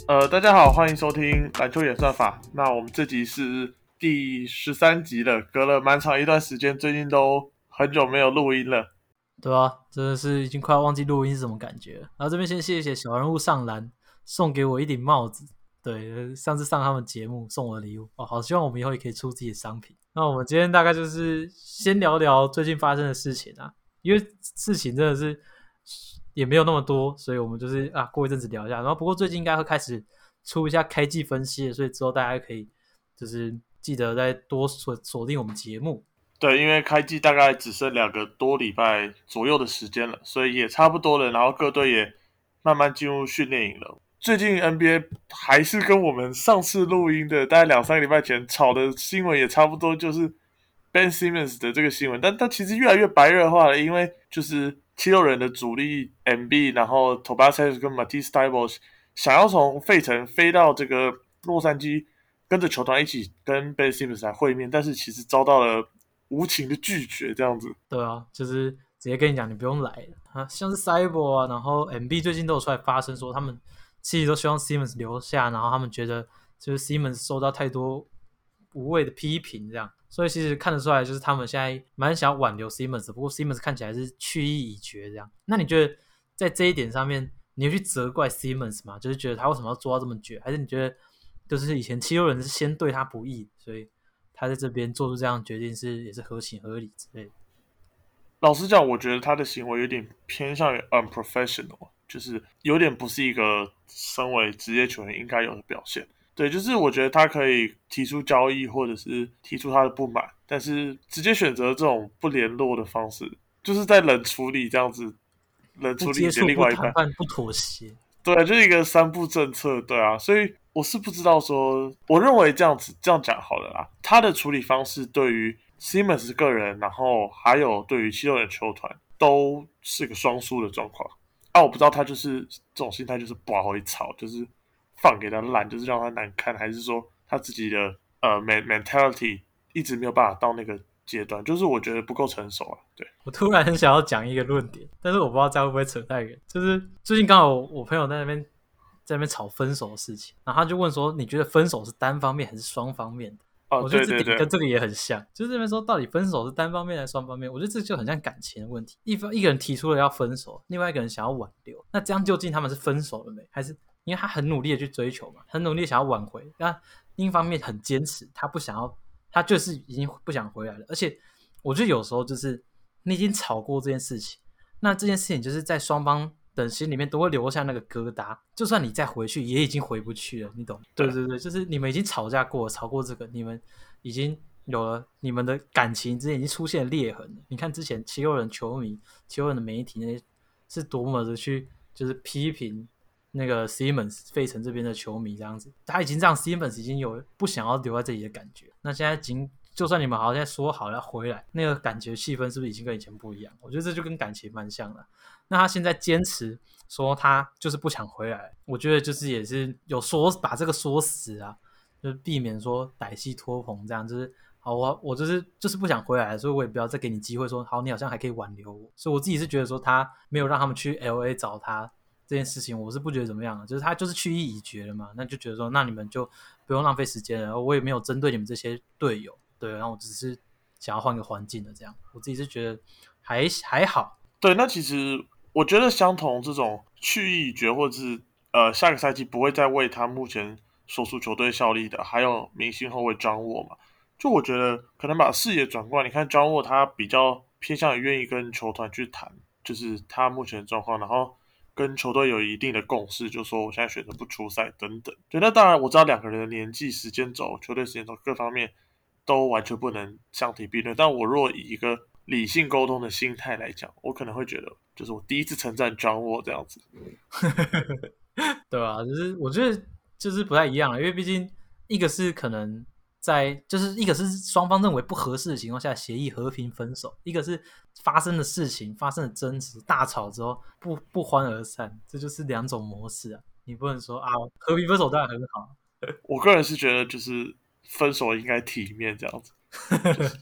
大家好，欢迎收听篮球演算法。那我们这集是第13集了，隔了蛮长一段时间，最近都很久没有录音了。 对啊，真的是已经快要忘记录音是什么感觉了。然后这边先谢谢小人物上篮送给我一顶帽子，对，上次上他们节目送我的礼物哦，好希望我们以后也可以出自己的商品。那我们今天大概就是先聊聊最近发生的事情啊，因为事情真的是也没有那么多，所以我们就是过一阵子聊一下。然后不过最近应该会开始出一下开季分析，所以之后大家可以就是记得再多锁定我们节目。 对，因为开季大概只剩2个多礼拜左右的时间了，所以也差不多了。然后各队也慢慢进入训练营了。最近 NBA 还是跟我们上次录音的大概2、3个礼拜前炒的新闻也差不多，就是 Ben Simmons 的这个新闻，但它其实越来越白热化了，因为就是七六人的主力 MB， 然后 Tobias Harris 跟 Matisse Thybulle 想要从费城飞到这个洛杉矶，跟着球团一起跟 Ben Simmons 来会面，但是其实遭到了无情的拒绝，这样子。 对啊，就是直接跟你讲，你不用来了啊。像是 Cyber 啊，然后 MB 最近都有出来发声说，他们其实都希望 Simmons 留下，然后他们觉得就是 Simmons 受到太多无谓的批评，这样，所以其实看得出来，就是他们现在蛮想要挽留 Simmons 的，不过 Simmons 看起来是去意已决这样。那你觉得在这一点上面，你会去责怪 Simmons 吗？就是觉得他为什么要做到这么绝，还是你觉得就是以前七六人是先对他不义，所以他在这边做出这样的决定也是合情合理之类的？ 老实讲，我觉得他的行为有点偏向于 unprofessional，就是有点不是一个身为职业球员应该有的表现。对，就是我觉得他可以提出交易，或者是提出他的不满，但是直接选择这种不联络的方式，就是在冷处理这样子，冷处理你的不接触、 另外一半。 不谈判、不妥协。 对啊，就是一个3步政策，对啊，所以我是不知道说，我认为这样讲好了啦。他的处理方式对于 Simmons 个人，然后还有对于七六人球团，都是个双输的状况。啊，我不知道他就是这种心态，就是不好会吵，就是放给他烂，就是让他难看，还是说他自己的mentality 一直没有办法到那个阶段，就是我觉得不够成熟啊。对， 我突然很想要讲一个论点，但是我不知道这样会不会扯太远。就是最近刚好我朋友在那边吵分手的事情，然后他就问说：“你觉得分手是单方面还是双方面的？” 哦， 我觉得这对对对， 点跟这个也很像，就是这边说到底分手是单方面还是双方面？我觉得这就很像感情的问题，一个人提出了要分手，另外一个人想要挽留，那这样究竟他们是分手了没？还是因为他很努力的去追求嘛，很努力想要挽回，那另一方面很坚持，他不想要，他就是已经不想回来了。而且我觉得有时候就是你已经吵过这件事情，那这件事情就是在双方的心里面都会留下那个疙瘩，就算你再回去，也已经回不去了，你懂？对对。 对对，就是你们已经吵架过了，吵过这个，你们已经有了你们的感情之间已经出现裂痕了。你看之前七六人球迷、七六人的媒体那些是多么的去就是批评那个 Simmons 费城这边的球迷这样子，他已经让 Simmons 已经有不想要留在这里的感觉。那现在就算你们好像说好要回来，那个感觉气氛是不是已经跟以前不一样？我觉得这就跟感情蛮像的。那他现在坚持说他就是不想回来，我觉得就是也是有把这个说死啊，就是避免说歹戏拖棚这样，就是好我就是不想回来，所以我也不要再给你机会说好你好像还可以挽留我。所以我自己是觉得说他没有让他们去 LA 找他这件事情，我是不觉得怎么样的，就是他就是去意已决了嘛，那就觉得说那你们就不用浪费时间了，我也没有针对你们这些队友，对，然后我只是想要换个环境的这样，我自己是觉得还好。 对，那其实我觉得相同这种去意已决，或者是下个赛季不会再为他目前所属球队效力的，还有明星后卫张沃嘛。就我觉得可能把视野转过来，你看张沃他比较偏向于愿意跟球团去谈，就是他目前的状况，然后跟球队有一定的共识，就说我现在选择不出赛等等。对，那当然我知道两个人的年纪、时间轴、球队时间轴各方面都完全不能相提并论，但我若以一个理性沟通的心态来讲，我可能会觉得，就是我第一次称赞张沃这样子。 对啊，就是我觉得就是不太一样了，因为毕竟一个是可能就是一个是双方认为不合适的情况下协议和平分手，一个是发生的事情发生的争执大吵之后不欢而散，这就是两种模式啊。你不能说和平分手当然很好。 我个人是觉得，就是分手应该体面这样子，就是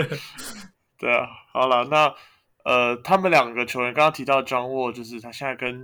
对啊。好了，那他们两个球员刚刚提到张沃，就是他现在跟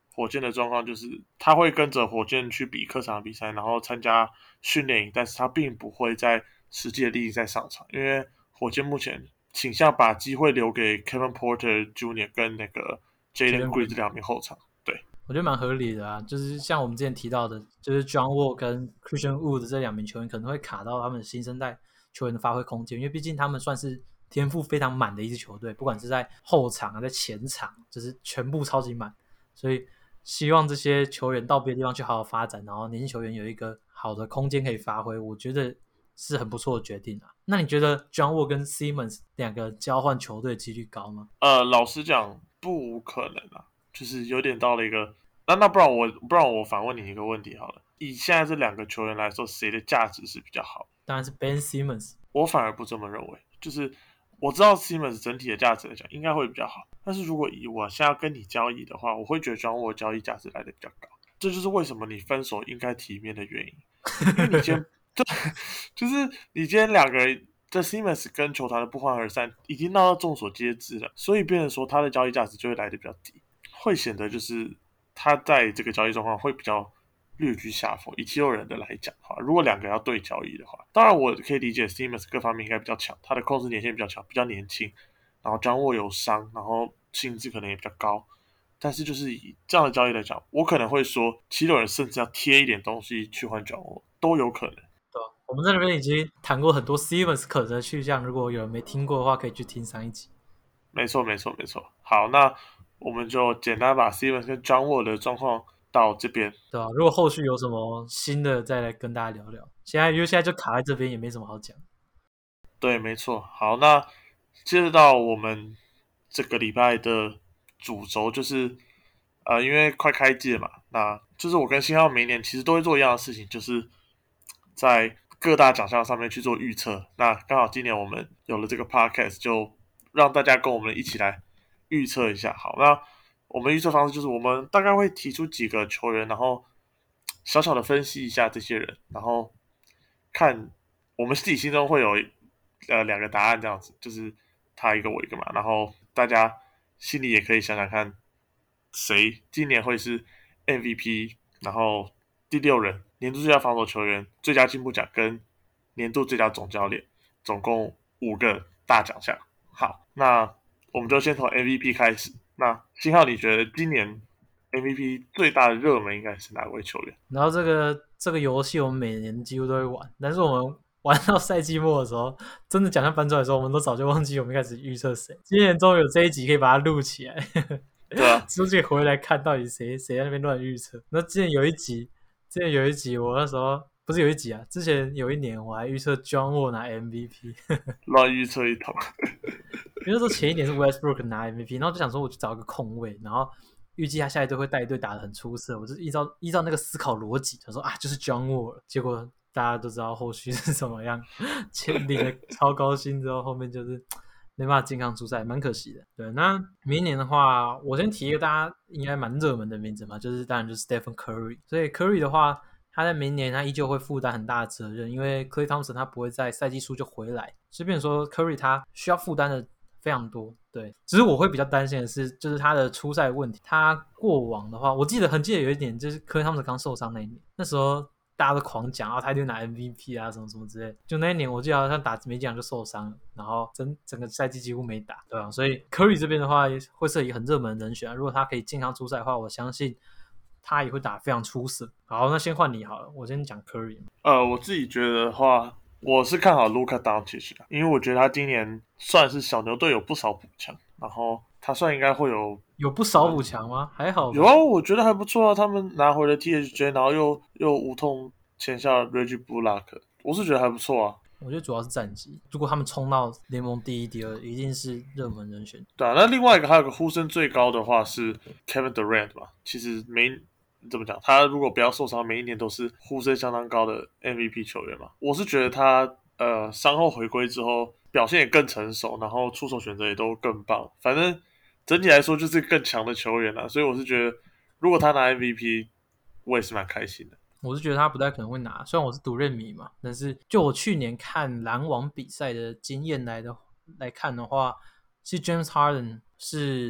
火箭的状况就是他会跟着火箭去比客场比赛，然后参加训练营，但是他并不会在实际的例行赛上场，因为火箭目前倾向把机会留给 Kevin Porter Jr. 跟那个 Jalen Green 这两名后场。对， 我觉得蛮合理的啊，就是像我们之前提到的，就是 John Wall 跟 Christian Wood 这两名球员可能会卡到他们新生代球员的发挥空间，因为毕竟他们算是天赋非常满的一支球队，不管是在后场啊，在前场，就是全部超级满，所以希望这些球员到别的地方去好好发展，然后年轻球员有一个好的空间可以发挥，我觉得是很不错的决定啊。那你觉得 John Wall 跟 Simmons 两个交换球队的几率高吗？ 老实讲不可能啊，就是有点到了一个那不然我反问你一个问题好了，以现在这两个球员来说，谁的价值是比较好？ 当然是 Ben Simmons。 我反而不这么认为，就是我知道 Simmons 整体的价值来讲应该会比较好，但是如果以我现在要跟你交易的话，我会觉得庄沃交易价值来的比较高，这就是为什么你分手应该体面的原因，因为你今天就是你今天两个人。这 Simmons 跟球团的不欢而散，已经闹到众所皆知了，所以变成说他的交易价值就会来的比较低，会显得就是他在这个交易状况会比较略居下风。以七六人的来讲的话，如果两个要对交易的话，当然我可以理解 Simmons 各方面应该比较强，他的控制年限比较强，比较年轻，然后掌握有伤，然后薪资可能也比较高。但是就是以这样的交易来讲，我可能会说，七六人甚至要贴一点东西去换掌握，都有可能。 对啊，我们在那边已经谈过很多 Stevens 可能的去向，如果有人没听过的话，可以去听上一集。 没错，没错，没错。好，那我们就简单把 Stevens 跟 John Wall 的状况到这边。 对啊，如果后续有什么新的，再来跟大家聊聊。因为现在就卡在这边，也没什么好讲。 对，没错。好，那接着到我们这个礼拜的主轴，就是因为快开季了嘛，那就是我跟新浩每一年其实都会做一样的事情，就是在各大奖项上面去做预测。那刚好今年我们有了这个 podcast，就让大家跟我们一起来预测一下。好，那我们预测方式就是我们大概会提出几个球员，然后小小的分析一下这些人，然后看我们自己心中会有两个答案这样子，就是他一个我一个嘛，然后大家心里也可以想想看，谁今年会是 MVP，然后第六人、年度最佳防守球员、最佳进步奖跟年度最佳总教练，总共5个大奖项。好，那我们就先从 MVP 开始。那星浩，你觉得今年 MVP 最大的热门应该是哪位球员？ 然后这个游戏我们每年几乎都会玩，但是我们玩到赛季末的时候，真的奖项搬出来的时候，我们都早就忘记我们一开始预测谁。今年终于有这一集可以把它录起来， 对啊， 之后就回来看到底谁在那边乱预测。那之前有一集，我那时候不是有一集啊，之前有一年我还预测 John Wall 拿 MVP， 乱预测一通。 因为那时候前一年是 Westbrook 拿 MVP，然后就想说我去找一个空位，然后预计他下一队会带队打得很出色，我就依照那个思考逻辑，想说啊就是 John Wall 了，结果大家都知道后续是怎么样，签领了超高薪之后，后面就是没办法健康出赛，蛮可惜的。对，那明年的话，我先提一个大家应该蛮热门的名字嘛，就是当然就是 Stephen Curry。所以 Curry 的话，他在明年他依旧会负担很大的责任，因为 Klay Thompson 他不会在赛季初就回来，所以变成说 Curry 他需要负担的非常多。对，只是我会比较担心的是，就是他的出赛问题。他过往的话，我很记得有一点，就是Klay Thompson刚受伤那一年，那时候大家都狂讲啊，他一定拿 MVP 啊，什么什么之类。就那一年，我记得好像打没几场就受伤了，然后整个赛季几乎没打，对吧？所以 Curry 这边的话，会是一个很热门的人选啊。如果他可以健康出赛的话，我相信他也会打非常出色。好，那先换你好了，我先讲 Curry。 我自己觉得的话，我是看好 Luka Doncic 的，因为我觉得他今年算是小牛队有不少补强，然后他算应该会有不少补强吗？还好吧。 有啊，我觉得还不错啊。他们拿回了 THJ， 然后又无痛签下 Reggie Bullock， 我是觉得还不错啊。 我觉得主要是战绩，如果他们冲到联盟第一、第二，一定是热门人选。 对啊，那另外一个还有个呼声最高的话是 Kevin Durant 嘛，其实怎么讲，他如果不要受伤，每一年都是呼声相当高的 MVP 球员嘛。我是觉得他伤后回归之后表现也更成熟，然后出手选择也都更棒，反正整体来说就是更强的球员啦。所以我是觉得如果他拿 MVP，我也是蛮开心的。 我是觉得他不太可能会拿，虽然我是独任迷嘛，但是就我去年看篮网比赛的经验来看的话，其实 James Harden 是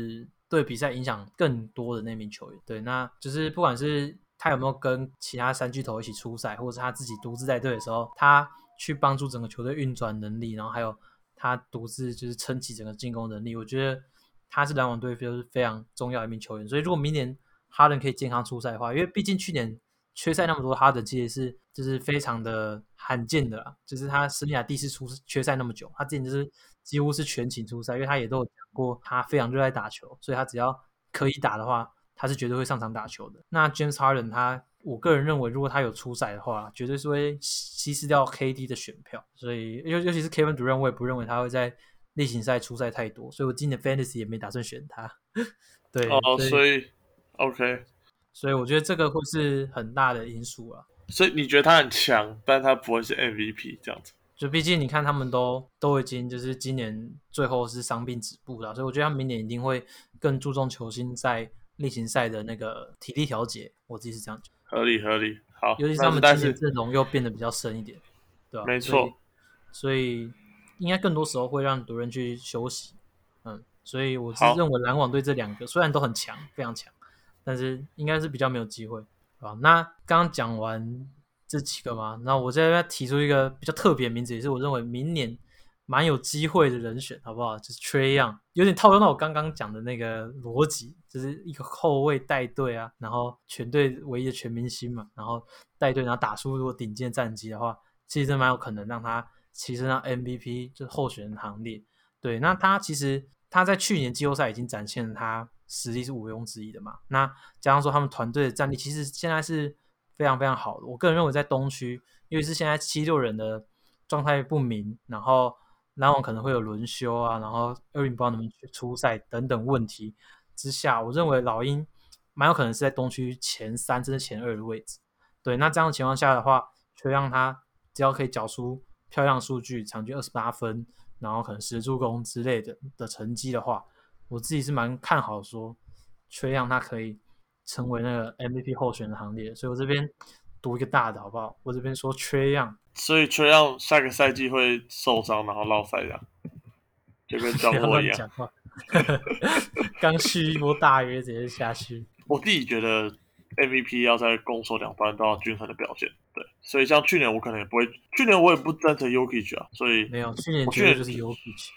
对比赛影响更多的那名球员。对，那就是不管是他有没有跟其他三巨头一起出赛，或者是他自己独自带队的时候，他去帮助整个球队运转能力，然后还有他独自就是撑起整个进攻能力，我觉得他是篮网队就是非常重要的一名球员。所以如果明年哈登可以健康出赛的话，因为毕竟去年缺赛那么多，哈登其实是就是非常的罕见的啦，就是他生涯第4次缺赛那么久，他之前就是几乎是全勤出赛，因为他也都有讲过他非常热爱打球，所以他只要可以打的话，他是绝对会上场打球的。那 James Harden 我个人认为，如果他有出赛的话，绝对是会稀释掉 KD 的选票，所以尤其是 Kevin Durant， 我也不认为他会在例行赛出赛太多，所以我今年 Fantasy 也没打算选他。对， 所以 OK， 所以我觉得这个会是很大的因素啊。 所以你觉得他很强，但他不会是 MVP 这样子？ 就毕竟你看他们都已经就是今年最后是伤病止步了，所以我觉得他们明年一定会更注重球星在例行赛的那个体力调节，我自己是这样觉得。 合理，好， 尤其是他们今年阵容又变得比较深一点，对吧？ 没错， 所以应该更多时候会让独人去休息。所以我是认为篮网队这2个虽然都很强，非常强，但是应该是比较没有机会，对吧？那刚刚讲完这几个嘛，那我这边提出一个比较特别的名字，也是我认为明年蛮有机会的人选，好不好？就是 Trae Young， 有点套用到我刚刚讲的那个逻辑，就是一个后卫带队啊，然后全队唯一的全明星嘛，然后带队然后打出如果顶尖战绩的话，其实真蛮有可能让他跻身到 MVP 就是候选人行列。对，那他其实他在去年季后赛已经展现了他实力是毋庸置疑的嘛，那加上说他们团队的战力其实现在是非常非常好的，我个人认为在东区，因为是现在76人的状态不明，然后篮网可能会有轮休啊，然后Irving不知道能不能出赛等等问题之下，我认为老鹰蛮有可能是在东区前3甚至前2的位置。对，那这样的情况下的话，却让他只要可以缴出漂亮数据，场均28分，然后可能10助攻之类的成绩的话，我自己是蛮看好说，却让他可以成为那个 MVP 候选的行列，所以我这边赌一个大的好不好？我这边说Trae Young， 所以Trae Young下个赛季会受伤，然后落赛这样，就跟庄沃一样。 刚续一波大约直接下去。 我自己觉得 MVP 要在攻守两端都要均衡的表现，对，所以像去年我可能也不会，去年我也不赞成 Jokic 啊，所以没有，去年绝对就是 Jokic。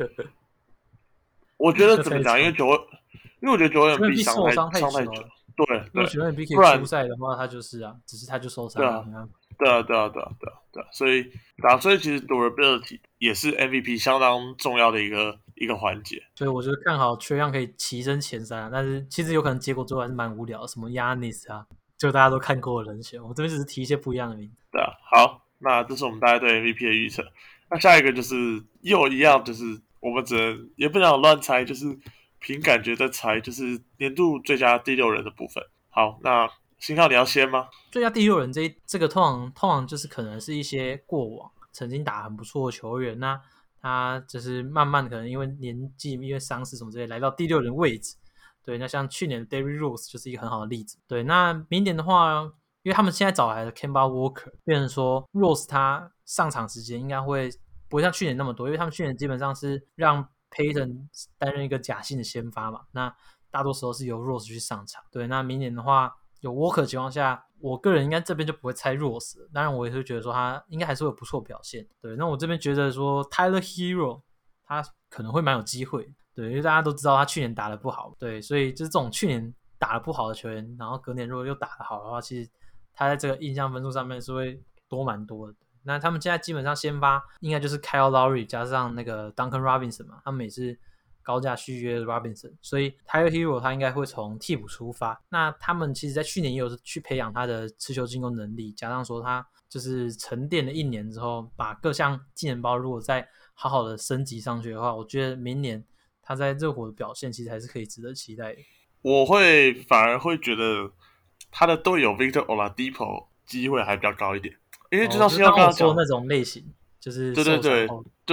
我觉得怎么讲？因为我觉得九 M B 受伤太久，对， 如果九 M B 可以出赛的话，他就是啊，只是他就受伤了。 对啊，所以其实 durability 也是 MVP 相当重要的一个环节。 所以我就看好Trae Young可以跻身前3啊，但是其实有可能结果最后还是蛮无聊的，什么 Giannis 啊，就大家都看过的人选。我这边只是提一些不一样的名字。 对啊，好，那这是我们大家对 MVP 的预测。那下一个就是又一样，就是我们只能也不能乱猜，就是凭感觉在猜，就是年度最佳第6人的部分。好，那星浩你要先吗？ 最佳第6人这个通常就是可能是一些过往曾经打很不错的球员，那他就是慢慢可能因为年纪、因为伤势什么之类来到第6人位置。对，那像去年的 Derrick Rose 就是一个很好的例子。对，那明年的话，因为他们现在找来的 Kemba Walker， 变成说 Rose 他上场时间应该不会像去年那么多，因为他们去年基本上是让 Payton 担任一个假性的先发嘛，那大多时候是由 Rose 去上场。对，那明年的话有 Walker 的情况下，我个人应该这边就不会猜 Rose， 当然我也会觉得说他应该还是会有不错表现。对，那我这边觉得说 Tyler Hero 他可能会蛮有机会，对，因为大家都知道他去年打得不好，对，所以就是这种去年打得不好的球员，然后隔年如果又打得好的话，其实他在这个印象分数上面是会多蛮多的。那他们现在基本上先发应该就是 Kyle Lowry 加上那个 Duncan Robinson 嘛，他们也是高价续约的 Robinson， 所以 Tyler Hero 他应该会从替补出发。那他们其实在去年也有去培养他的持球进攻能力，加上说他就是沉淀了1年之后，把各项技能包如果再好好的升级上去的话，我觉得明年他在热火的表现其实还是可以值得期待的。 我反而会觉得他的队友 Victor Oladipo 机会还比较高一点，因为就像新耀刚刚讲那种类型，就是对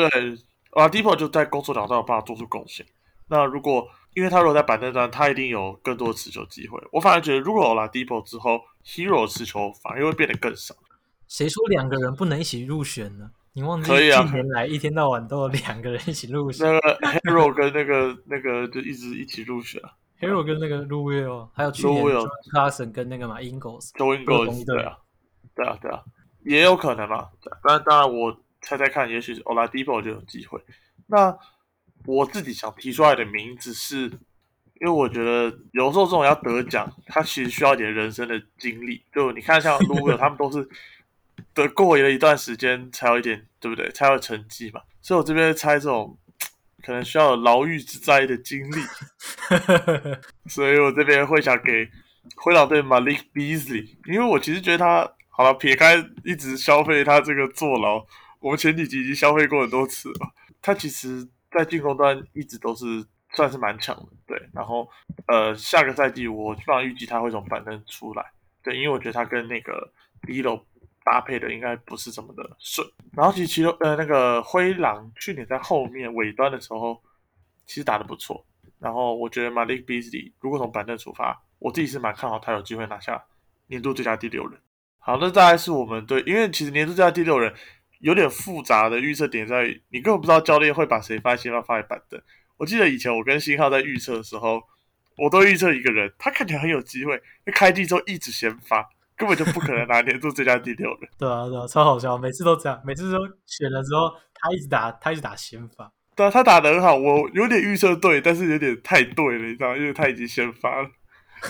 Oladipo 就在攻守两端有办法做出贡献。那因为他如果在板凳端，他一定有更多的持球机会。我反而觉得，如果Oladipo 之后 Hero 持球反而会变得更少。 谁说2个人不能一起入选呢？ 你忘记可以啊， 近年来一天到晚都有2个人一起入选那个 Hero 跟那个就一起入选啊。 ，Hero 跟那个 l u w i 还有去 l o 年 u i John Clarkson 跟那个嘛 Ingles Join 都是同一 Goals，对队。 啊，对啊，对啊，也有可能嘛。当然，我猜猜看，也许 Oladipo 就有机会。那我自己想提出来的名字是，因为我觉得有时候这种要得奖，他其实需要一点人生的经历。就你看，像 l u 他们都是得过了一段时间才有一点，对不对？才有成绩嘛。所以我这边猜这种可能需要有牢狱之灾的经历，所以我这边会想给灰狼队 Malik Beasley，因为我其实觉得他好了，撇开一直消费他这个坐牢，我们前几集已经消费过很多次了。他其实在进攻端一直都是算是蛮强的，对。然后下个赛季我基本上预计他会从板凳出来，对，因为我觉得他跟那个 Lilo 搭配的应该不是这么的顺。然后其实那个灰狼去年在后面尾端的时候，其实打得不错。然后我觉得 Malik Beasley 如果从板凳出发，我自己是蛮看好他有机会拿下年度最佳第6人。好，那再来是我们对，因为其实年度最佳第6人有点复杂的预测点在于，你根本不知道教练会把谁放在先发，放在板凳。我记得以前我跟新浩在预测的时候，我都预测一个人，他看起来很有机会，那开季之后一直先发，根本就不可能拿年度最佳第6人。 对啊，对啊，超好笑，每次都这样，每次都选了之后，他一直打先发。 对啊，他打得很好，我有点预测对，但是有点太对了，你知道，因为他已经先发了。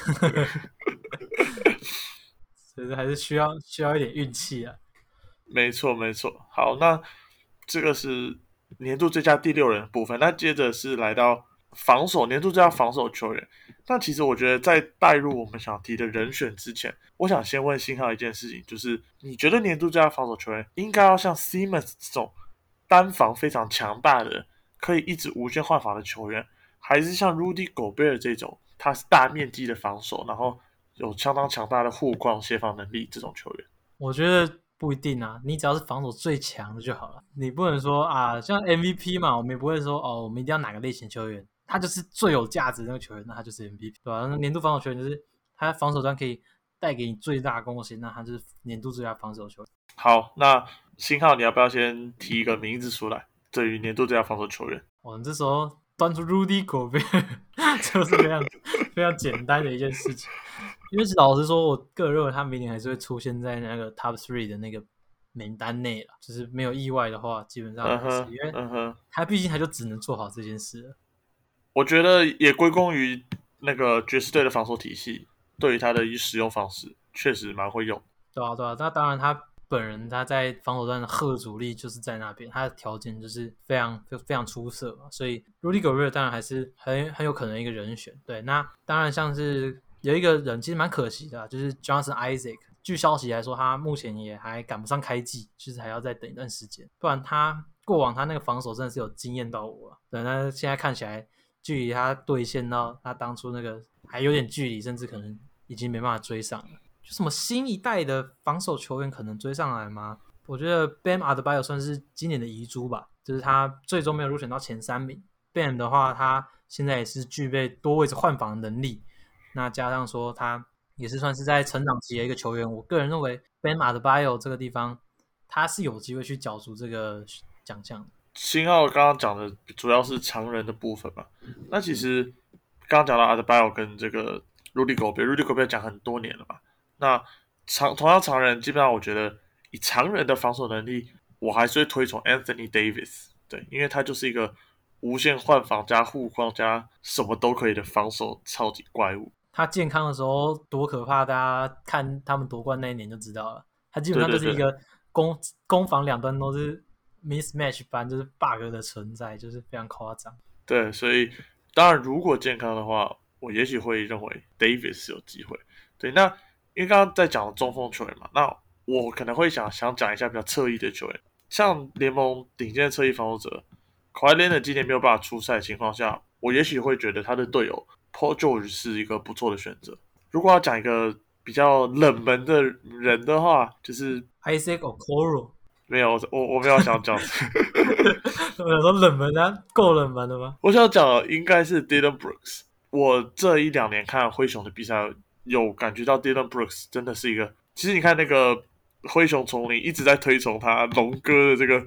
所以还是需要一点运气啊。 没错，没错。好，那这个是年度最佳第6人的部分。那接着是来到防守年度最佳防守球员。那其实我觉得在带入我们想提的人选之前，我想先问信浩一件事情，就是你觉得年度最佳防守球员应该要像 Simmons 这种单防非常强大的，可以一直无限换防的球员，还是像 Rudy Gobert 这种他是大面积的防守，然后有相当强大的护框协防能力这种球员？ 我觉得不一定啊，你只要是防守最强的就好了。你不能说啊，像 MVP 嘛，我们也不会说哦，我们一定要哪个类型球员，他就是最有价值的那个球员，那他就是 MVP，对吧？那年度防守球员就是他防守端可以带给你最大贡献，那他就是年度最佳防守球员。 好，那星浩，你要不要先提一个名字出来？对于年度最佳防守球员， 我们这时候端出 Rudy Gobert 就是非常简单的一件事情。因为老实说，我个人认为他明年还是会出现在那个 Top 3的那个名单内了，就是没有意外的话，基本上还是因为他毕竟他就只能做好这件事了。 我觉得也归功于那个爵士队的防守体系，对于他的使用方式确实蛮会用。 对啊，对啊，那当然他本人他在防守端的贺阻力就是在那边，他的条件就是非常出色嘛，所以 Rudy Gobert 当然还是很有可能一个人选。对，那当然像是有一个人其实蛮可惜的，就是 Johnson Isaac。据消息来说，他目前也还赶不上开季，就是还要再等一段时间。不然他过往他那个防守真的是有惊艳到我。对，那现在看起来，距离他兑现到他当初那个还有点距离，甚至可能已经没办法追上了。就什么新一代的防守球员可能追上来吗？我觉得 Bam Adebayo 算是今年的遗珠吧，就是他最终没有入选到前3名。Bam 的话，他现在也是具备多位置换防的能力，那加上说他也是算是在成长期的一个球员。我个人认为 Bam Adebayo 这个地方，他是有机会去角逐这个奖项的。 星浩刚刚讲的主要是常人的部分嘛，那其实刚刚讲到 Adebayo 跟这个 Rudy Gobert，Rudy Gobert 讲很多年了嘛。那同样常人，基本上我觉得以常人的防守能力，我还是会推崇 Anthony Davis， 对，因为他就是一个无限换防加护框加什么都可以的防守超级怪物。 他健康的时候多可怕，大家看他们夺冠那一年就知道了。他基本上就是一个攻防两端都是 mismatch 般，就是 bug 的存在，就是非常夸张。 对，所以当然如果健康的话，我也许会认为 Davis 有机会。对，那因为刚刚在讲中锋球员嘛，那我可能会想讲一下比较侧翼的球员，像联盟顶尖的侧翼防守者 Kawhi Leonard 今年没有办法出赛的情况下，我也许会觉得他的队友 Paul George 是一个不错的选择。如果要讲一个比较冷门的人的话，就是 Isaac Okoro。 没有，我没有想讲。 我想说冷门啊，够冷门了吗？ 我想讲的应该是 Dillon Brooks。我这1-2年看灰熊的比赛，有感觉到 Dillon Brooks 真的是一个，其实你看那个灰熊丛林一直在推崇他龙哥的这个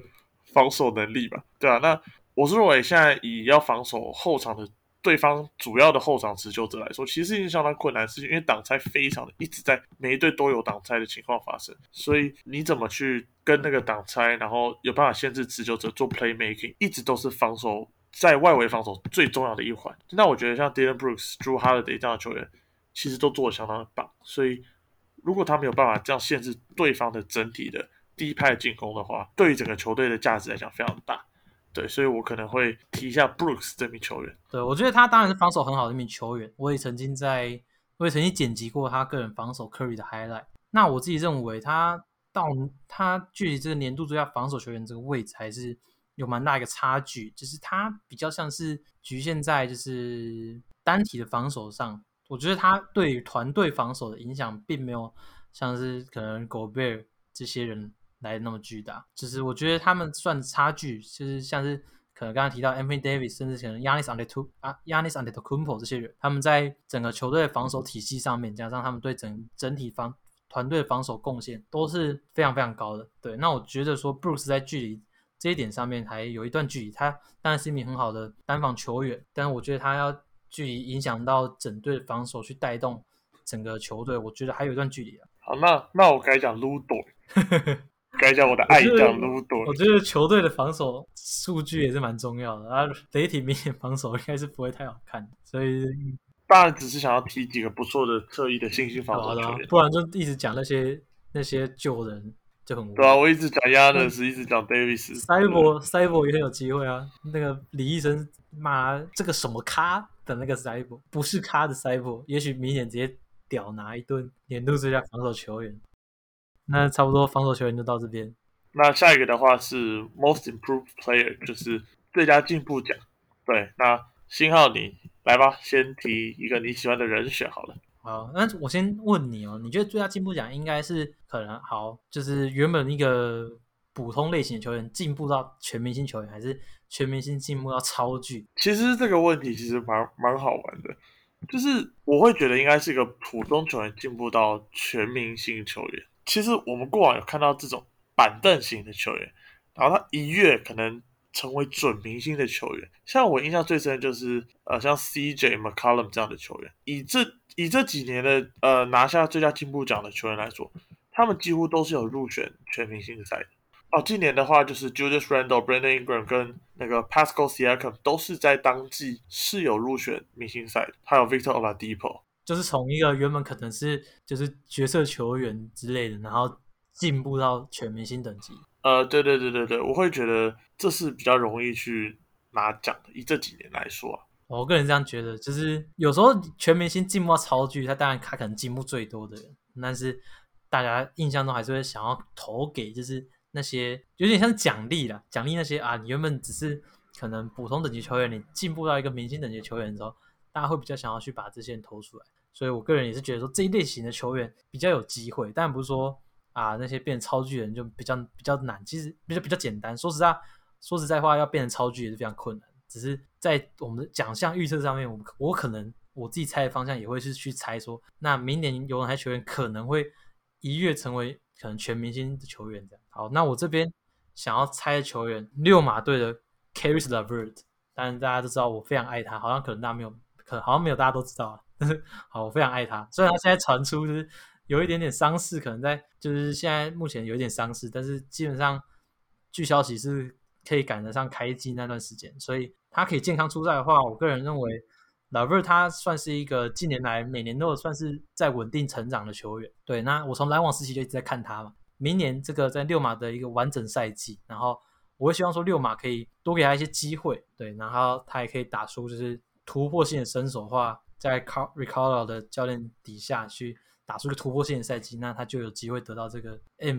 防守能力吧，对啊。那我是认为现在以要防守后场的对方主要的后场持球者来说，其实已经相当困难，是因为挡拆非常的一直在每一队都有挡拆的情况发生，所以你怎么去跟那个挡拆，然后有办法限制持球者做 playmaking，一直都是防守在外围防守最重要的一环。那我觉得像 Dylan Brooks、Drew Holiday 这样的球员，其实都做得相当的棒，所以如果他没有办法这样限制对方的整体的第一派进攻的话，对于整个球队的价值来讲非常大。对，所以我可能会提一下 Brooks 这名球员。 对，我觉得他当然是防守很好的一名球员，我也曾经剪辑过他个人防守 Curry 的 highlight。那我自己认为他距离这个年度最佳防守球员这个位置还是有蛮大一个差距，就是他比较像是局限在就是单体的防守上，我觉得他对于团队防守的影响并没有像是可能 Gobert 这些人来的那么巨大，就是我觉得他们算差距，就是像是可能刚刚提到 Anthony Davis， 甚至可能 Giannis Antetokounmpo 这些人，他们在整个球队的防守体系上面，加上他们对整体团队的防守贡献都是非常非常高的。对，那我觉得说 Brooks 在距离这一点上面还有一段距离，他当然是一名很好的单防球员，但是我觉得他要距离影响到整队防守去带动整个球队，我觉得还有一段距离啊。 好，那我该讲 Ludo， 该讲我的爱将 Ludo。 我觉得球队的防守数据也是蛮重要的啊。雷霆明显防守应该是不会太好看，所以当然只是想要提几个不错的侧翼的新兴防守球员， 不然就一直讲那些旧人就很无聊。 对啊，我一直讲 Giannis，一直讲 Davis。Cyborg 也很有机会啊。那个李医生骂这个什么咖的那个 Cyborg， 不是咖的 Cyborg， 也许明年直接屌拿一顿年度最佳防守球员。那差不多防守球员就到这边。 那下一个的话是 Most Improved Player， 就是最佳进步奖。对，那星浩你来吧，先提一个你喜欢的人选好了。 好，那我先问你哦，你觉得最佳进步奖应该是可能好，就是原本一个普通类型的球员进步到全明星球员，还是全明星进步到超巨？ 其实这个问题其实蛮好玩的，就是我会觉得应该是一个普通球员进步到全明星球员。其实我们过往有看到这种板凳型的球员，然后他一跃可能成为准明星的球员。像我印象最深的就是像 CJ McCollum 这样的球员。以这几年的拿下最佳进步奖的球员来说，他们几乎都是有入选全明星赛的。哦，今年的话就是 Julius Randle、Brandon Ingram 跟那个 Pascal Siakam 都是在当季是有入选明星赛的，还有 Victor Oladipo， 就是从一个原本可能是就是角色球员之类的，然后进步到全明星等级。 对，我会觉得这是比较容易去拿奖的，以这几年来说啊。 我个人这样觉得，就是有时候全明星进步到超巨，他可能进步最多的人，但是大家印象中还是会想要投给就是那些有点像奖励啦，奖励那些啊，你原本只是可能普通等级球员，你进步到一个明星等级球员的时候，大家会比较想要去把这些人投出来。所以我个人也是觉得说这一类型的球员比较有机会，但不是说啊那些变超巨的人就比较难，其实比较简单。说实在话，要变成超巨也是非常困难。只是在我们的奖项预测上面，我可能我自己猜的方向也会是去猜说，那明年有哪些球员可能会一跃成为可能全明星的球员这样。好，那我这边想要猜的球员，六马队的 Caris LeVert， 当然大家都知道我非常爱他，好像可能好像没有大家都知道啊，但是好，我非常爱他。虽然他现在传出就是有一点点伤势，可能在就是现在目前有一点伤势，但是基本上据消息是可以赶得上开季那段时间，所以他可以健康出赛的话，我个人认为LeVert他算是一个近年来每年都有算是在稳定成长的球员。对，那我从篮网时期就一直在看他嘛，明年这个在六马的一个完整赛季，然后我会希望说六马可以多给他一些机会，对，然后他也可以打出就是突破性的身手的话，在 Ricardo 的教练底下去打出一个突破性的赛季，那他就有机会得到这个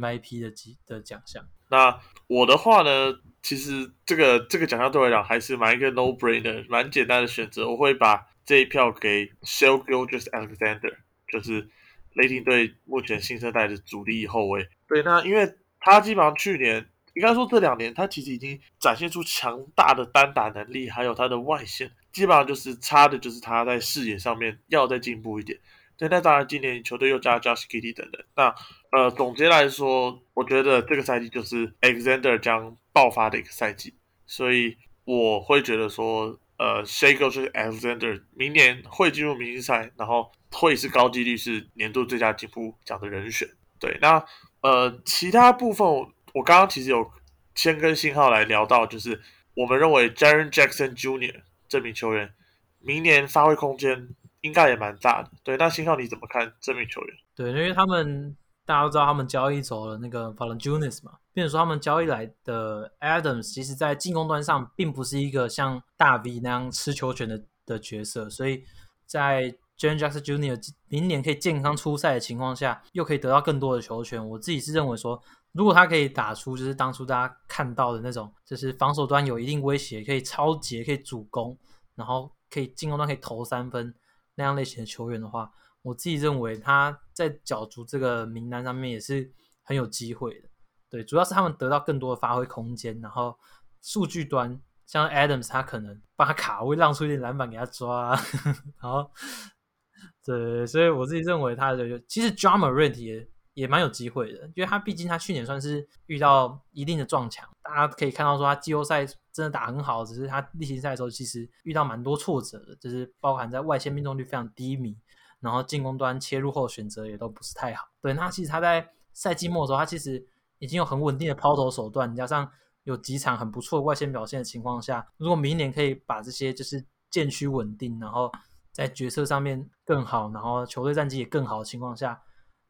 MVP 的奖项。 那我的话呢，其实这个奖项对我来讲还是蛮一个 no brainer， 蛮简单的选择。我会把这一票给 Shai Gilgeous-Alexander， 就是雷霆队目前新生代的主力后卫。对，那因为他基本上去年应该说这2年，他其实已经展现出强大的单打能力，还有他的外线，基本上就是差的就是他在视野上面要再进步一点。对，那当然今年球队又加 Josh Giddey 等等。那总结来说，我觉得这个赛季就是 Alexander 将爆发的一个赛季，所以我会觉得说，Shai Gilgeous-Alexander 明年会进入明星赛，然后会是高几率是年度最佳进步奖的人选。对，那其他部分我刚刚其实有先跟信浩来聊到，就是我们认为 Jaren Jackson Jr. 这名球员明年发挥空间应该也蛮大的。对，那信浩你怎么看这名球员？ 对，因为他们大家都知道他们交易走了那个 Valanciunas 嘛，变成说他们交易来的 Adams，其实在进攻端上并不是一个像大 V 那样吃球权的角色，所以在 Jaren Jackson Jr. 明年可以健康出赛的情况下，又可以得到更多的球权。我自己是认为说，如果他可以打出就是当初大家看到的那种，就是防守端有一定威胁，可以超截，可以主攻，然后可以进攻端可以投3分那样类型的球员的话，我自己认为他在角逐这个名单上面也是很有机会的。对，主要是他们得到更多的发挥空间，然后数据端像 Adams 他可能帮他卡位，让出一点篮板给他抓，然后对，所以我自己认为他的其实 Ja Morant 也蛮有机会的，因为他毕竟他去年算是遇到一定的撞墙，大家可以看到说他季后赛真的打很好，只是他例行赛的时候其实遇到蛮多挫折的，就是包含在外线命中率非常低迷，然后进攻端切入后选择也都不是太好。对，那其实他在赛季末的时候，他其实已经有很稳定的抛投手段，加上有几场很不错的外线表现的情况下，如果明年可以把这些就是渐趋稳定，然后在决策上面更好，然后球队战绩也更好的情况下，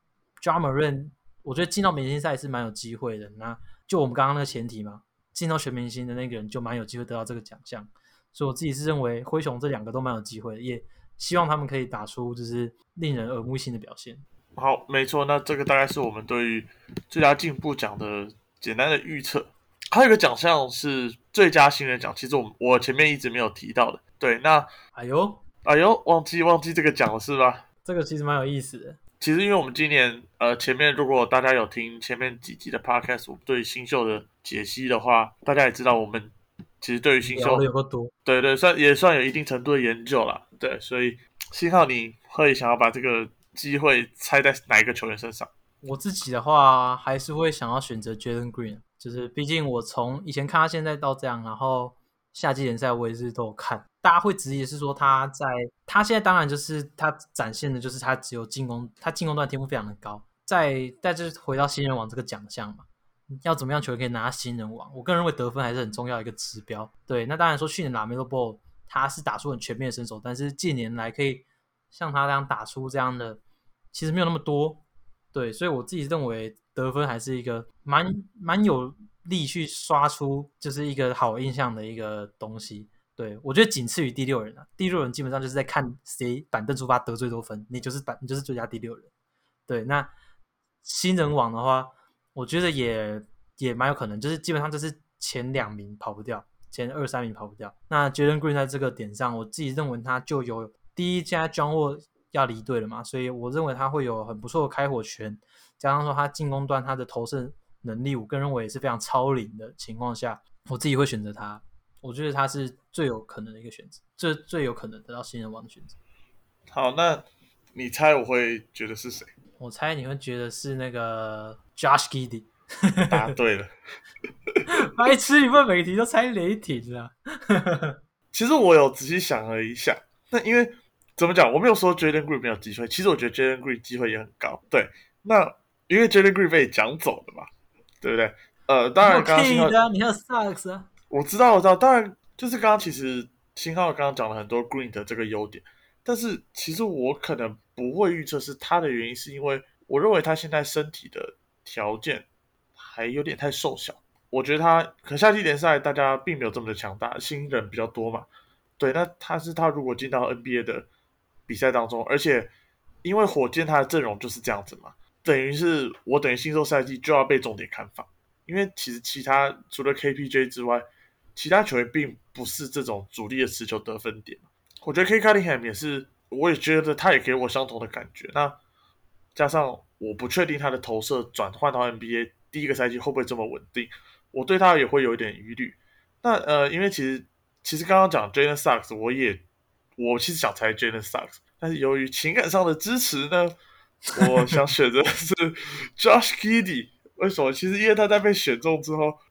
Ja Morant 我觉得进到明星赛是蛮有机会的。那就我们刚刚那个前提嘛，进到全明星的那个人就蛮有机会得到这个奖项，所以我自己是认为灰熊这2个都蛮有机会的，也希望他们可以打出就是令人耳目一新的表现。 好，没错，那这个大概是我们对于最佳进步奖的简单的预测。还有一个奖项是最佳新人奖，其实我前面一直没有提到的。对，那哎呦， 忘记这个奖了是吧？ 这个其实蛮有意思的。 其实因为我们今年前面如果大家有听前面几集的 podcast， 我们对新秀的解析的话，大家也知道我们其实对于新秀聊的有够多， 对，也算有一定程度的研究啦。对，所以信浩你会想要把这个机会猜在哪一个球员身上？ 我自己的话还是会想要选择 Jalen Green， 就是毕竟我从以前看他现在到这样，然后夏季联赛我也是都有看。大家会质疑是说他现在当然就是他展现的就是他只有进攻，他进攻端天赋非常的高。再就是回到新人王这个奖项嘛，要怎么样球员可以拿新人王？我个人认为得分还是很重要的一个指标。对，那当然说去年LaMelo Ball 他是打出很全面的身手，但是近年来可以像他这样打出这样的，其实没有那么多。对，所以我自己认为得分还是一个蛮有力去刷出就是一个好印象的一个东西。对，我觉得仅次于第6人啊，第6人基本上就是在看谁板凳出发得最多分，你就是最佳第6人。对，那新人王的话，我觉得也蛮有可能，就是基本上就是前2名跑不掉，前2、3名跑不掉。那 Jalen Green 在这个点上，我自己认为他就有第一，现在 John Wall 要离队了嘛，所以我认为他会有很不错的开火权，加上说他进攻端他的投射能力，我个人认为也是非常超龄的情况下，我自己会选择他。我觉得他是最有可能的一个选择，最有可能得到新人王的选择。 好，那你猜我会觉得是谁？ 我猜你会觉得是那个 Josh Giddey。 答对了。 白痴，你问每题都猜雷霆啊？ 其实我有仔细想了一下，那因为怎么讲，我没有说 Jalen Green 没有机会，其实我觉得 Jalen Green 机会也很高。对，那因为 Jalen Green 被讲走了嘛，对不对？当然刚刚信浩的，你还有 Sucks 啊？ 我知道，当然就是刚刚其实信浩刚刚讲了很多 Green 的这个优点，但是其实我可能不会预测是他的原因，是因为我认为他现在身体的条件还有点太瘦小。我觉得他可夏季联赛大家并没有这么的强大，新人比较多嘛。对，那他如果进到 NBA 的比赛当中，而且因为火箭他的阵容就是这样子嘛，等于新秀赛季就要被重点看防，因为其实其他除了 KPJ 之外，其他球员并不是这种主力的持球得分点。我觉得 K Cunningham 也是，我也觉得他也给我相同的感觉。那加上我不确定他的投射转换到 NBA 第一个赛季会不会这么稳定，我对他也会有一点疑虑。那因为其实刚刚讲 Jalen Suggs， 我其实想猜 Jalen Suggs， 但是由于情感上的支持呢，我想选择的是 Josh Giddey。为什么？其实因为他在被选中之后，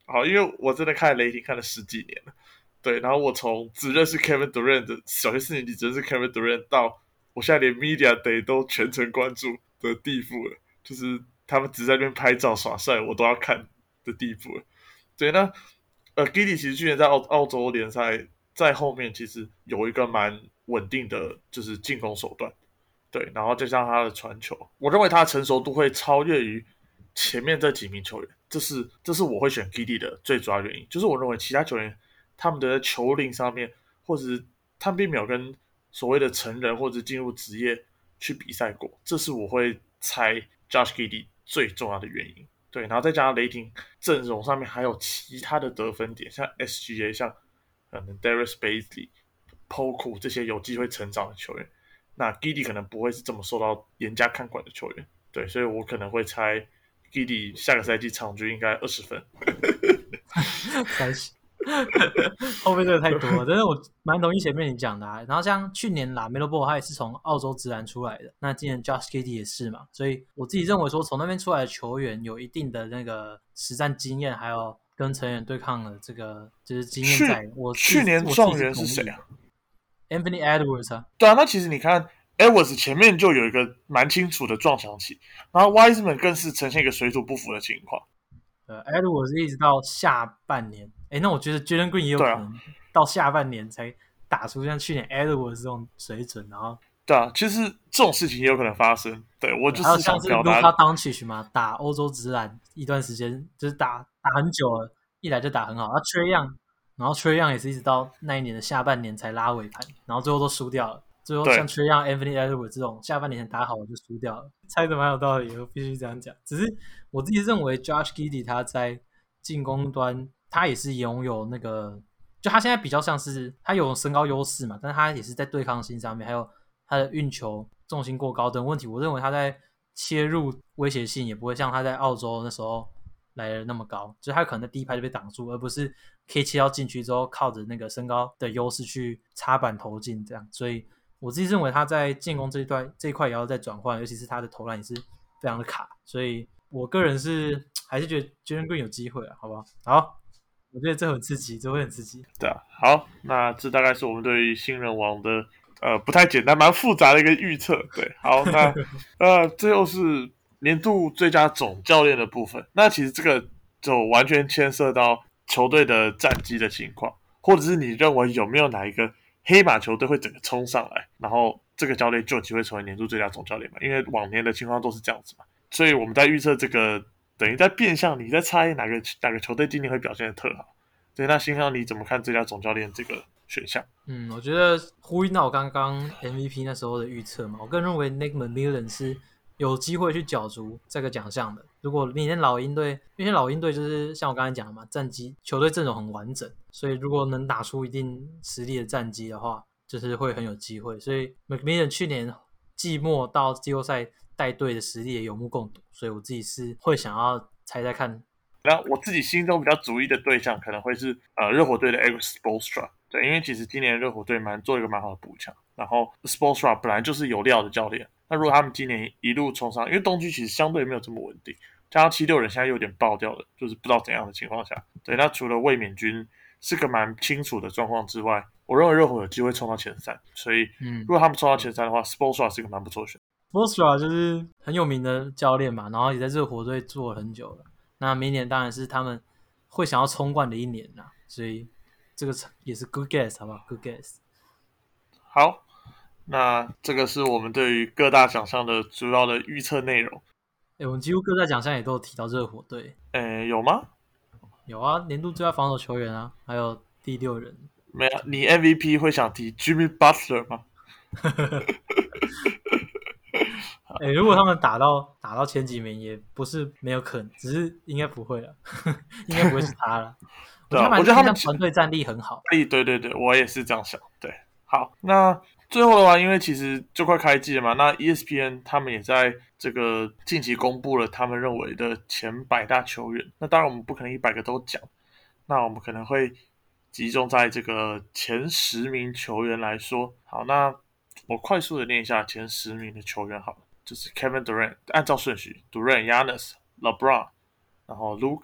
好，因为我真的看雷霆看了10几年了，对，然后我从只认识 Kevin Durant 的小学4年级只认识 Kevin Durant 到我现在连 Media Day 都全程关注的地步了，就是他们只在那边拍照耍帅，我都要看的地步了。对，那Giddey 其实去年在澳洲联赛在后面其实有一个蛮稳定的，就是进攻手段。对，然后再加上他的传球，我认为他的成熟度会超越于前面这几名球员，这是我会选 KD 的最主要原因，就是我认为其他球员他们的球龄上面，或者是他们并没有跟所谓的成人或者进入职业去比赛过，这是我会猜 Josh KD 最重要的原因。对，然后再加上雷霆阵容上面还有其他的得分点，像 SGA，像可能 Darius Bazley、Poku 这些有机会成长的球员。那 Giddey 可能不会是这么受到严加看管的球员，对，所以我可能会猜 Giddey 下个赛季场均应该20分。 30后面这个太多了，但是我蛮同意前面你讲的啊。然后像去年啦，Melo Ball 他也是从澳洲直男出来的，那今年 Josh Giddey 也是嘛，所以我自己认为说从那边出来的球员有一定的那个实战经验，还有跟成员对抗的这个就是经验在， 去年状元是谁啊 ？Anthony Edwards 啊。 对啊，那其实你看 Edwards 前面就有一个蛮清楚的撞墙期，然后 Wiseman 更是呈现一个水土不服的情况。 Edwards 一直到下半年，那我觉得 Jalen Green 也有可能到下半年才打出像去年 Edwards 这种水准，然后对啊，其实这种事情也有可能发生。对，我就是想表达。 还有像是 Luka Doncic 嘛，打欧洲职篮一段时间，就是打很久了，一来就打很好。然后 Trae Young 也是一直到那一年的下半年才拉尾盘，然后最后都输掉了。最后像 Trae Young、Anthony Edwards 这种下半年打好了就输掉了，猜的蛮有道理，我必须这样讲。只是我自己认为 Josh Giddey 他在进攻端，他也是拥有那个，就他现在比较像是他有身高优势嘛，但是他也是在对抗性上面，还有他的运球重心过高等问题，我认为他在切入威胁性也不会像他在澳洲那时候来的那么高，就是他可能在第一拍就被挡住，而不是可以切到禁区之后靠着那个身高的优势去插板投进这样。所以我自己认为他在进攻这一块也要再转换，尤其是他的投篮也是非常的卡，所以我个人是还是觉得 Jalen Green 有机会啊，好不好？好，我觉得这很刺激，这会很刺激。 对啊，好，那这大概是我们对于新人王的不太简单、蛮复杂的一个预测。对，好，那最后是年度最佳总教练的部分。那其实这个就完全牵涉到球队的战绩的情况，或者是你认为有没有哪一个黑马球队会整个冲上来，然后这个教练就有机会成为年度最佳总教练嘛？因为往年的情况都是这样子嘛，所以我们在预测这个，等于在变相你在猜哪个球队今年会表现的特好。对，那新浩你怎么看最佳总教练这个选项？ 我觉得呼应到我刚刚 MVP 那时候的预测嘛，我个人认为 Nick McMillan 是有机会去角逐这个奖项的。如果明天老鹰队，因为老鹰队就是像我刚才讲的嘛，战绩球队阵容很完整，所以如果能打出一定实力的战绩的话，就是会很有机会。所以 McMillan 去年季末到季后赛带队的实力也有目共睹，所以我自己是会想要猜猜看。 那我自己心中比较主意的对象可能会是热火队的 Eric Spoelstra， 对，因为其实今年热火队做一个蛮好的补强，然后 Spoelstra 本来就是有料的教练，那如果他们今年一路冲上，因为东区其实相对没有这么稳定，加上76人现在有点爆掉了，就是不知道怎样的情况下，对，那除了卫冕军是个蛮清楚的状况之外，我认为热火有机会冲到前3，所以如果他们冲到前3的话，Spoelstra 是个蛮不错的选择。 Spoelstra 就是很有名的教练嘛，然后也在热火队做了很久了。那明年当然是他们会想要冲冠的一年啦，所以这个也是 good guess， 好不好 ？good guess。 好，那这个是我们对于各大奖项的主要的预测内容。 我们几乎各大奖项也都有提到热火队。 有吗？ 有啊，年度最佳防守球员啊，还有第6人。 没有，你 MVP 会想提 Jimmy Butler 吗？ 如果他们打到前几名，也不是没有可能，只是应该不会了，应该不会是他了。 对啊，我觉得他们团队战力很好。 对对对，我也是这样想。对，好，那最后的话，因为其实就快开季了嘛，那 ESPN 他们也在这个近期公布了他们认为的前100大球员。那当然我们不可能100个都讲，那我们可能会集中在这个前10名球员来说。好，那我快速的念一下前10名的球员好了，就是 Kevin Durant， 按照顺序 ，Durant、Giannis、LeBron， 然后 Luka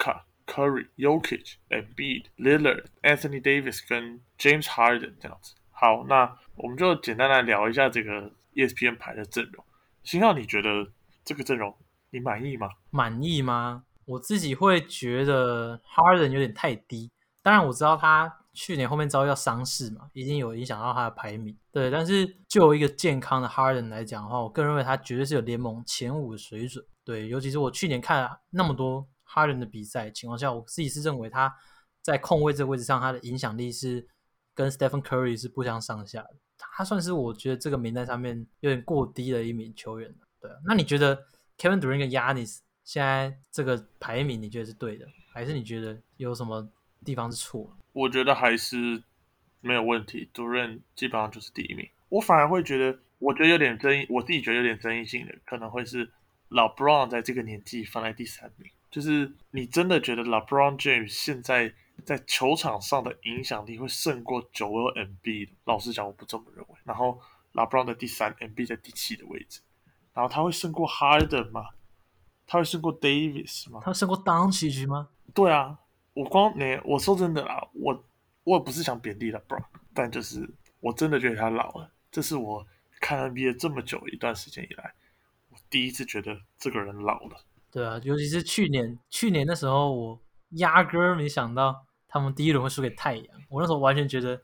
Curry、Jokic、Embiid、Lillard、Anthony Davis 跟 James Harden 这样子。好，那我们就简单来聊一下这个 ESPN 排的阵容。星浩，你觉得这个阵容你满意吗？ 满意吗？我自己会觉得 Harden 有点太低。当然我知道他去年后面遭遇到伤势嘛，已经有影响到他的排名。对，但是就一个健康的 Harden 来讲的话，我个人认为他绝对是有联盟前5的水准。对，尤其是我去年看了那么多 Harden 的比赛情况下，我自己是认为他在控卫这个位置上，他的影响力是跟 Stephen Curry 是不相上下的。他算是我觉得这个名单上面有点过低的一名球员。对啊，那你觉得 Kevin Durant 跟 Giannis 现在这个排名你觉得是对的，还是你觉得有什么地方是错？ 我觉得还是没有问题，Durant 基本上就是第一名。我反而会觉得，我觉得有点争议，我自己觉得有点争议性的，可能会是老 Brown 在这个年纪放在第3名。就是你真的觉得 LeBron James 现在在球场上的影响力会胜过9 MB？ 老实讲，我不这么认为。然后 LeBron 在第3，MB 在第7的位置，然后他会胜过 Harden 吗？他会胜过 Davis 吗？ 他胜过 Doncic 吗？ 对啊，我说真的啦，我也不是想贬低了 Brown，但就是我真的觉得他老了。这是我看 NBA 这么久一段时间以来，我第一次觉得这个人老了。 对啊，尤其是去年那时候，我压根儿没想到他们第一轮会输给太阳。我那时候完全觉得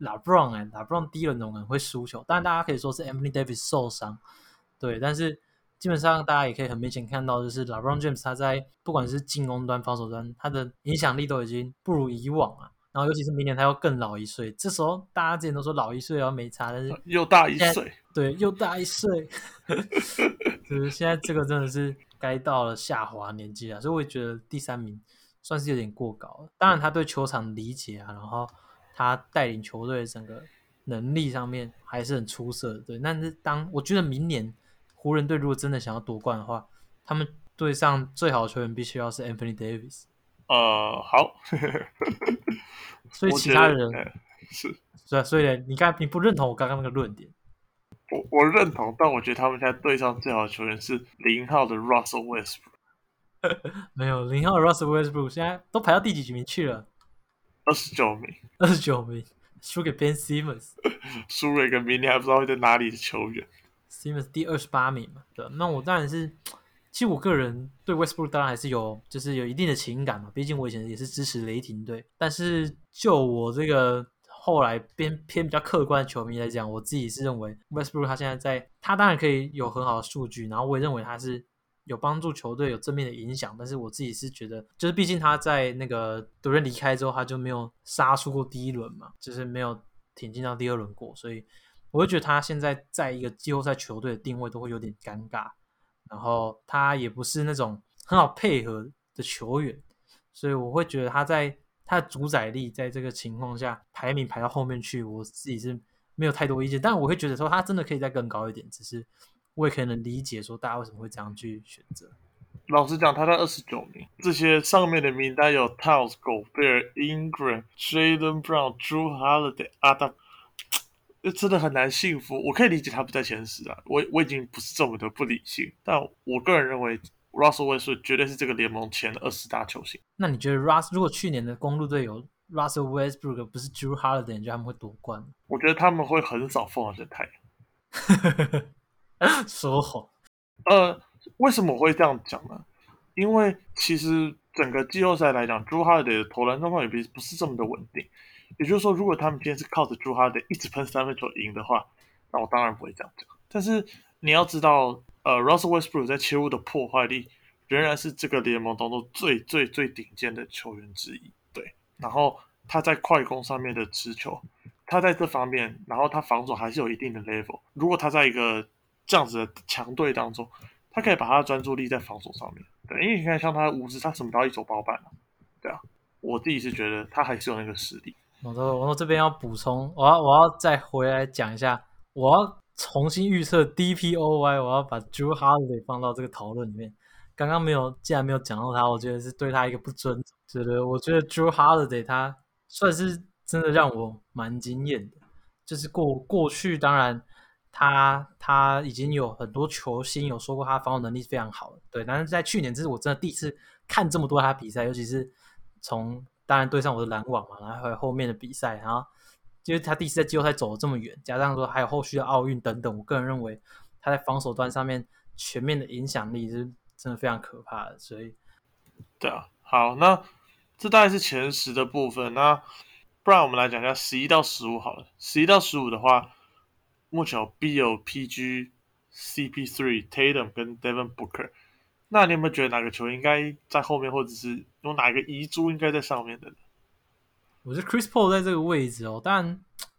LeBron 第一轮怎么可能会输球？当然，大家可以说是 Anthony Davis 受伤，对，但是基本上大家也可以很明显看到，就是 LeBron James 他在不管是进攻端、防守端，他的影响力都已经不如以往了。然后尤其是明年他要更老1岁，这时候大家之前都说老1岁要没差，但是又大一现在岁， 对又大1岁，就是现在这个真的是该到了下滑年纪了，所以我也觉得第3名算是有点过高了。当然他对球场的理解啊，然后他带领球队的整个能力上面还是很出色的，对。但是我觉得明年湖人队如果真的想要夺冠的话，他们队上最好的球员必须要是 Anthony Davis， 好， 所以我觉得其他人是对啊，所以你不认同我刚刚那个论点？ 我认同，但我觉得他们现在队上最好的球员是0号的 Russell Westbrook， 没有0号 Russell Westbrook 现在都排到第几名去了 29名， ？29名，输给 Ben Simmons， 输了一个明年还不知道会在哪里的球员。 Simmons 第28名嘛。对，那我当然是，其实我个人对 Westbrook 当然还是就是有一定的情感嘛，毕竟我以前也是支持雷霆队。但是就我这个后来偏比较客观的球迷来讲，我自己是认为 Westbrook 他现在他当然可以有很好的数据，然后我也认为他是有帮助球队有正面的影响，但是我自己是觉得，就是毕竟他在那个德伦离开之后，他就没有杀出过第一轮嘛，就是没有挺进到第2轮过，所以我会觉得他现在在一个季后赛球队的定位都会有点尴尬，然后他也不是那种很好配合的球员，所以我会觉得他的主宰力在这个情况下排名排到后面去，我自己是没有太多意见，但我会觉得说他真的可以再更高一点，只是我也可能理解说大家为什么会这样去选择。 老实讲，他在29名，这些上面的名单有 Towns、Gobert、Ingram、Jaylen Brown、Drew Holiday、真的很难幸福。我可以理解他不在前10啊，我已经不是这么的不理性，但我个人认为 Russell Westbrook 绝对是这个联盟前20大球星。 那你觉得如果去年的公鹿队有 Russell Westbrook 不是 Drew Holiday， 你觉得他们会夺冠吗？ 我觉得他们会横扫凤凰城太阳。 说谎。 为什么我会这样讲呢？因为其实整个季后赛来讲，Drew Holiday 的投篮状况也不是这么的稳定。也就是说，如果他们今天是靠着 Drew Holiday 一直喷3分球赢的话，那我当然不会这样讲。但是你要知道，Russell Westbrook 在切入的破坏力仍然是这个联盟当中最最最顶尖的球员之一。对，然后他在快攻上面的持球，他在这方面，然后他防守还是有一定的 level。如果他在一个这样子的强队当中，他可以把他的专注力在防守上面。对，因为你看像他五支，他什么都要一手包办啊。对啊，我自己是觉得他还是有那个实力。 我这边要补充，我要再回来讲一下，我要重新预测 DPOY， 我要把 Drew Holiday 放到这个讨论里面。刚刚既然没有讲到他，我觉得是对他一个不尊重。对对，我觉得 Drew Holiday 他算是真的让我蛮惊艳的，就是过去当然他已经有很多球星有说过他防守能力非常好的，对，但是在去年这是我真的第一次看这么多他比赛，尤其是当然对上我的篮网嘛，然后还有后面的比赛，然后就是他第4在季后赛走了这么远，加上说还有后续的奥运等等，我个人认为他在防守端上面全面的影响力是真的非常可怕的，所以对啊，好，那这大概是前10的部分，那不然我们来讲一下11到15好了。11到15的话，目前有 Beal、PG、CP3、Tatum 跟 Devin Booker。那你有没有觉得哪个球员应该在后面，或者是有哪一个遗珠应该在上面的呢？ 我觉得 Chris Paul 在这个位置哦，但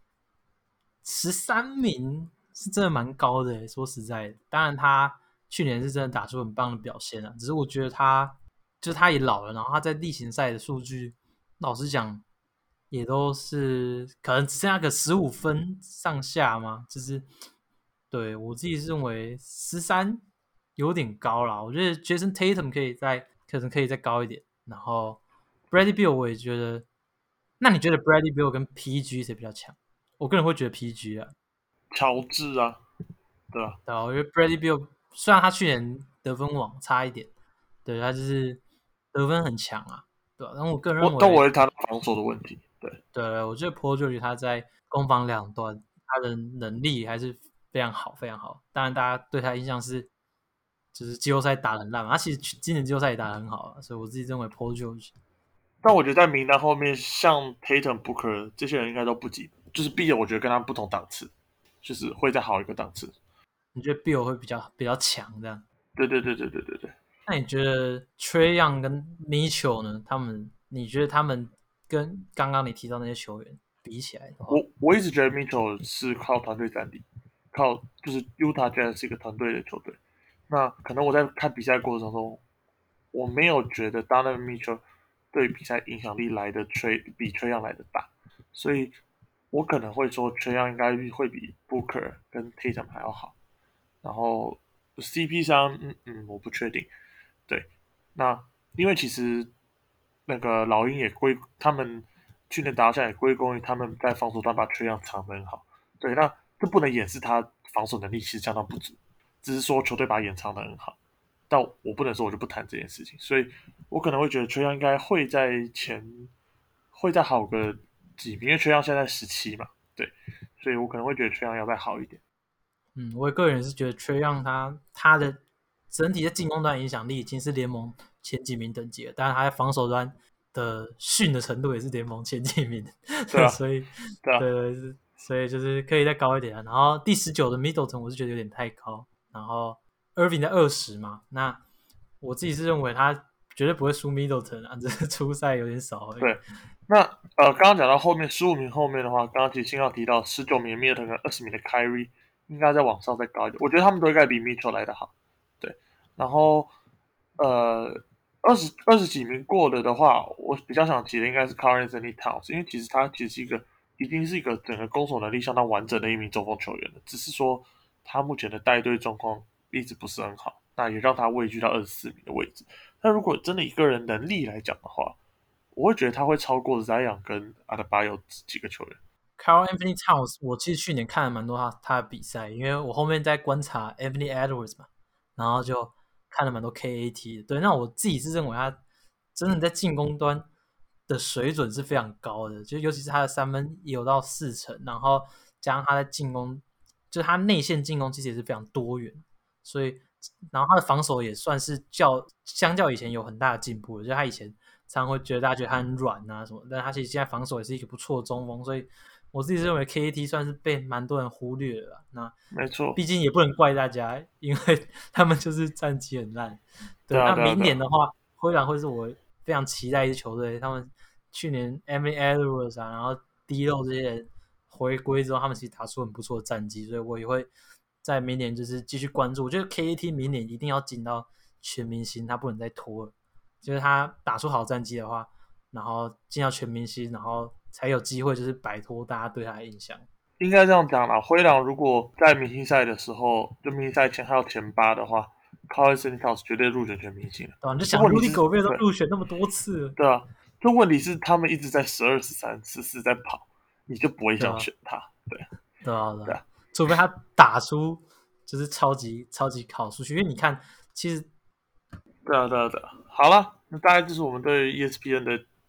13名是真的蛮高的耶，说实在的，当然他去年是真的打出很棒的表现啊，只是我觉得他也老了，然后他在例行赛的数据，老实讲也都是可能只剩下个15分上下嘛，就是对我自己是认为13有点高啦，我觉得 Jason Tatum 可能可以再高一点，然后 Bradley Beal 我也觉得，那你觉得 Bradley Beal 跟 PG 谁比较强？我个人会觉得 PG 啊， 乔治啊，对吧？ 对啊，我觉得 Bradley Beal 虽然他去年得分网差一点，对他就是得分很强啊，对吧、然后我个人认为， 但我会谈到防守的问题，对。 对我觉得 Paul George 他在攻防两端他的能力还是非常好，非常好。当然，大家对他印象是就是季后赛打得很烂嘛，他其实今年季后赛也打得很好啊，所以我自己认为 Paul George， 但我觉得在名单后面，像 Tatum、Booker 这些人应该都不及，就是毕业，我觉得跟他们不同档次，就是会再好一个档次。 你觉得 Bill 会比较强这样？ 对对对对对对对。 那你觉得 Trey Young 跟 Mitchell 呢？你觉得他们跟刚刚你提到那些球员比起来的话， 我一直觉得 Mitchell 是靠团队战力，靠就是 Utah Jazz 是一个团队的球队。那可能我在看比赛过程中，我没有觉得 Donovan Mitchell 对比赛影响力比 Trey Young 来的大，所以我可能会说 Trey Young 应该会比 Booker 跟 Tatum 还要好。然后 CP 上，我不确定。对，那因为其实那个老鹰他们去年打下也归功于他们在防守端把缺样藏得很好。对，那这不能掩饰他防守能力其实相当不足，只是说球队把他掩藏得很好。但我不能说我就不谈这件事情，所以我可能会觉得缺样应该会再好个几名，因为缺样现在17嘛，对，所以我可能会觉得缺样要再好一点。 我个人是觉得 Trey Young 他的整体的进攻端影响力已经是联盟前几名等级了，当然他在防守端的训的程度也是联盟前几名， 对啊， 所以对啊， 对，所以就是可以再高一点啊。然后第19的 Middleton 我是觉得有点太高，然后 Irving 在20嘛，那我自己是认为他绝对不会输 Middleton 啊，只是出赛有点少而已。 对。那刚刚讲到后面15名后面的话，刚刚其实新要提到19名的 Middleton 跟20名的 Kyrie 应该在往上再高一点，我觉得他们都应该比 Mitchell 来的好。对，然后二十几名过了的话，我比较想提的应该是 Karl Anthony Towns，因为其实他其实是已经是一个整个攻守能力相当完整的一名中锋球员了，只是说他目前的带队状况一直不是很好，那也让他位居到24名的位置。那如果真的一个人能力来讲的话，我会觉得他会超过 Zion 跟 Adebayo 几个球员。 Carl Anthony Towns，我其实去年看了蛮多他的比赛，因为我后面在观察 Anthony Edwards 嘛，然后就看了蛮多 KAT 的。对，那我自己是认为他真的在进攻端的水准是非常高的，就尤其是他的三分有到40成，然后加上他在进攻，就是他内线进攻其实也是非常多元，所以然后他的防守也算是相较以前有很大的进步，就是他以前常常会觉得大家觉得他很软啊什么，但他其实现在防守也是一个不错的中锋，所以我自己认为 KAT 算是被蛮多人忽略了啦。那没错， 毕竟也不能怪大家，因为他们就是战绩很烂。对， 对啊， 那对啊，对啊， 明年的话，灰狼会是我非常期待一支球队。他们去年 Anthony Edwards 啊，然后 D-Lo 这些人回归之后，他们其实打出很不错的战绩，所以我也会在明年就是继续关注。我觉得 KAT 明年一定要进到全明星，他不能再拖了。就是他打出好战绩的话，然后进到全明星，然后才有机会就是摆脱大家对他的印象。 应该这样讲啦。灰狼如果在明星赛的时候，就明星赛前还有前8的话，Karl Anthony Towns 绝对入选全明星了。 对吧？你就想 Rudy Gobert 都入选那么多次了， 对啊，这问题是他们一直在12、13、14在跑，你就不会想选他。对对啊， 对啊， 除非他打出就是超级超级好数据，因为你看，其实对啊，对啊，对啊。好了，那大概就是我们对 ESPN 的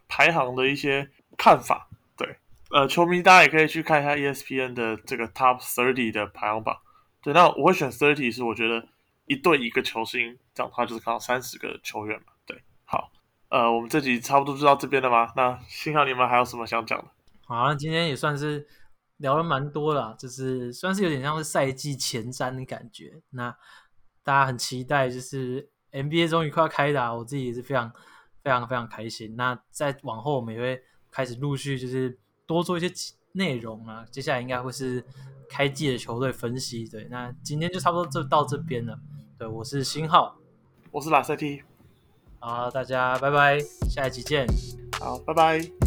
排行的一些看法。对，球迷大家也可以去看一下 ESPN 的这个 Top 30的排行榜。对，那我会选30是我觉得一队一个球星，这样的话就是刚好30个球员嘛。对，好，我们这集差不多就到这边了吗？那幸好你们还有什么想讲的？ 好，那今天也算是聊了蛮多啦，就是算是有点像是赛季前瞻的感觉。那大家很期待，就是 NBA 终于快要开打，我自己也是非常非常非常开心。那再往后，我们也会开始陆续就是多做一些内容啊。接下来应该会是开季的球队分析。对，那今天就差不多就到这边了。对，我是星浩， 我是拉塞蒂， 好，大家拜拜，下一集见。 好，拜拜。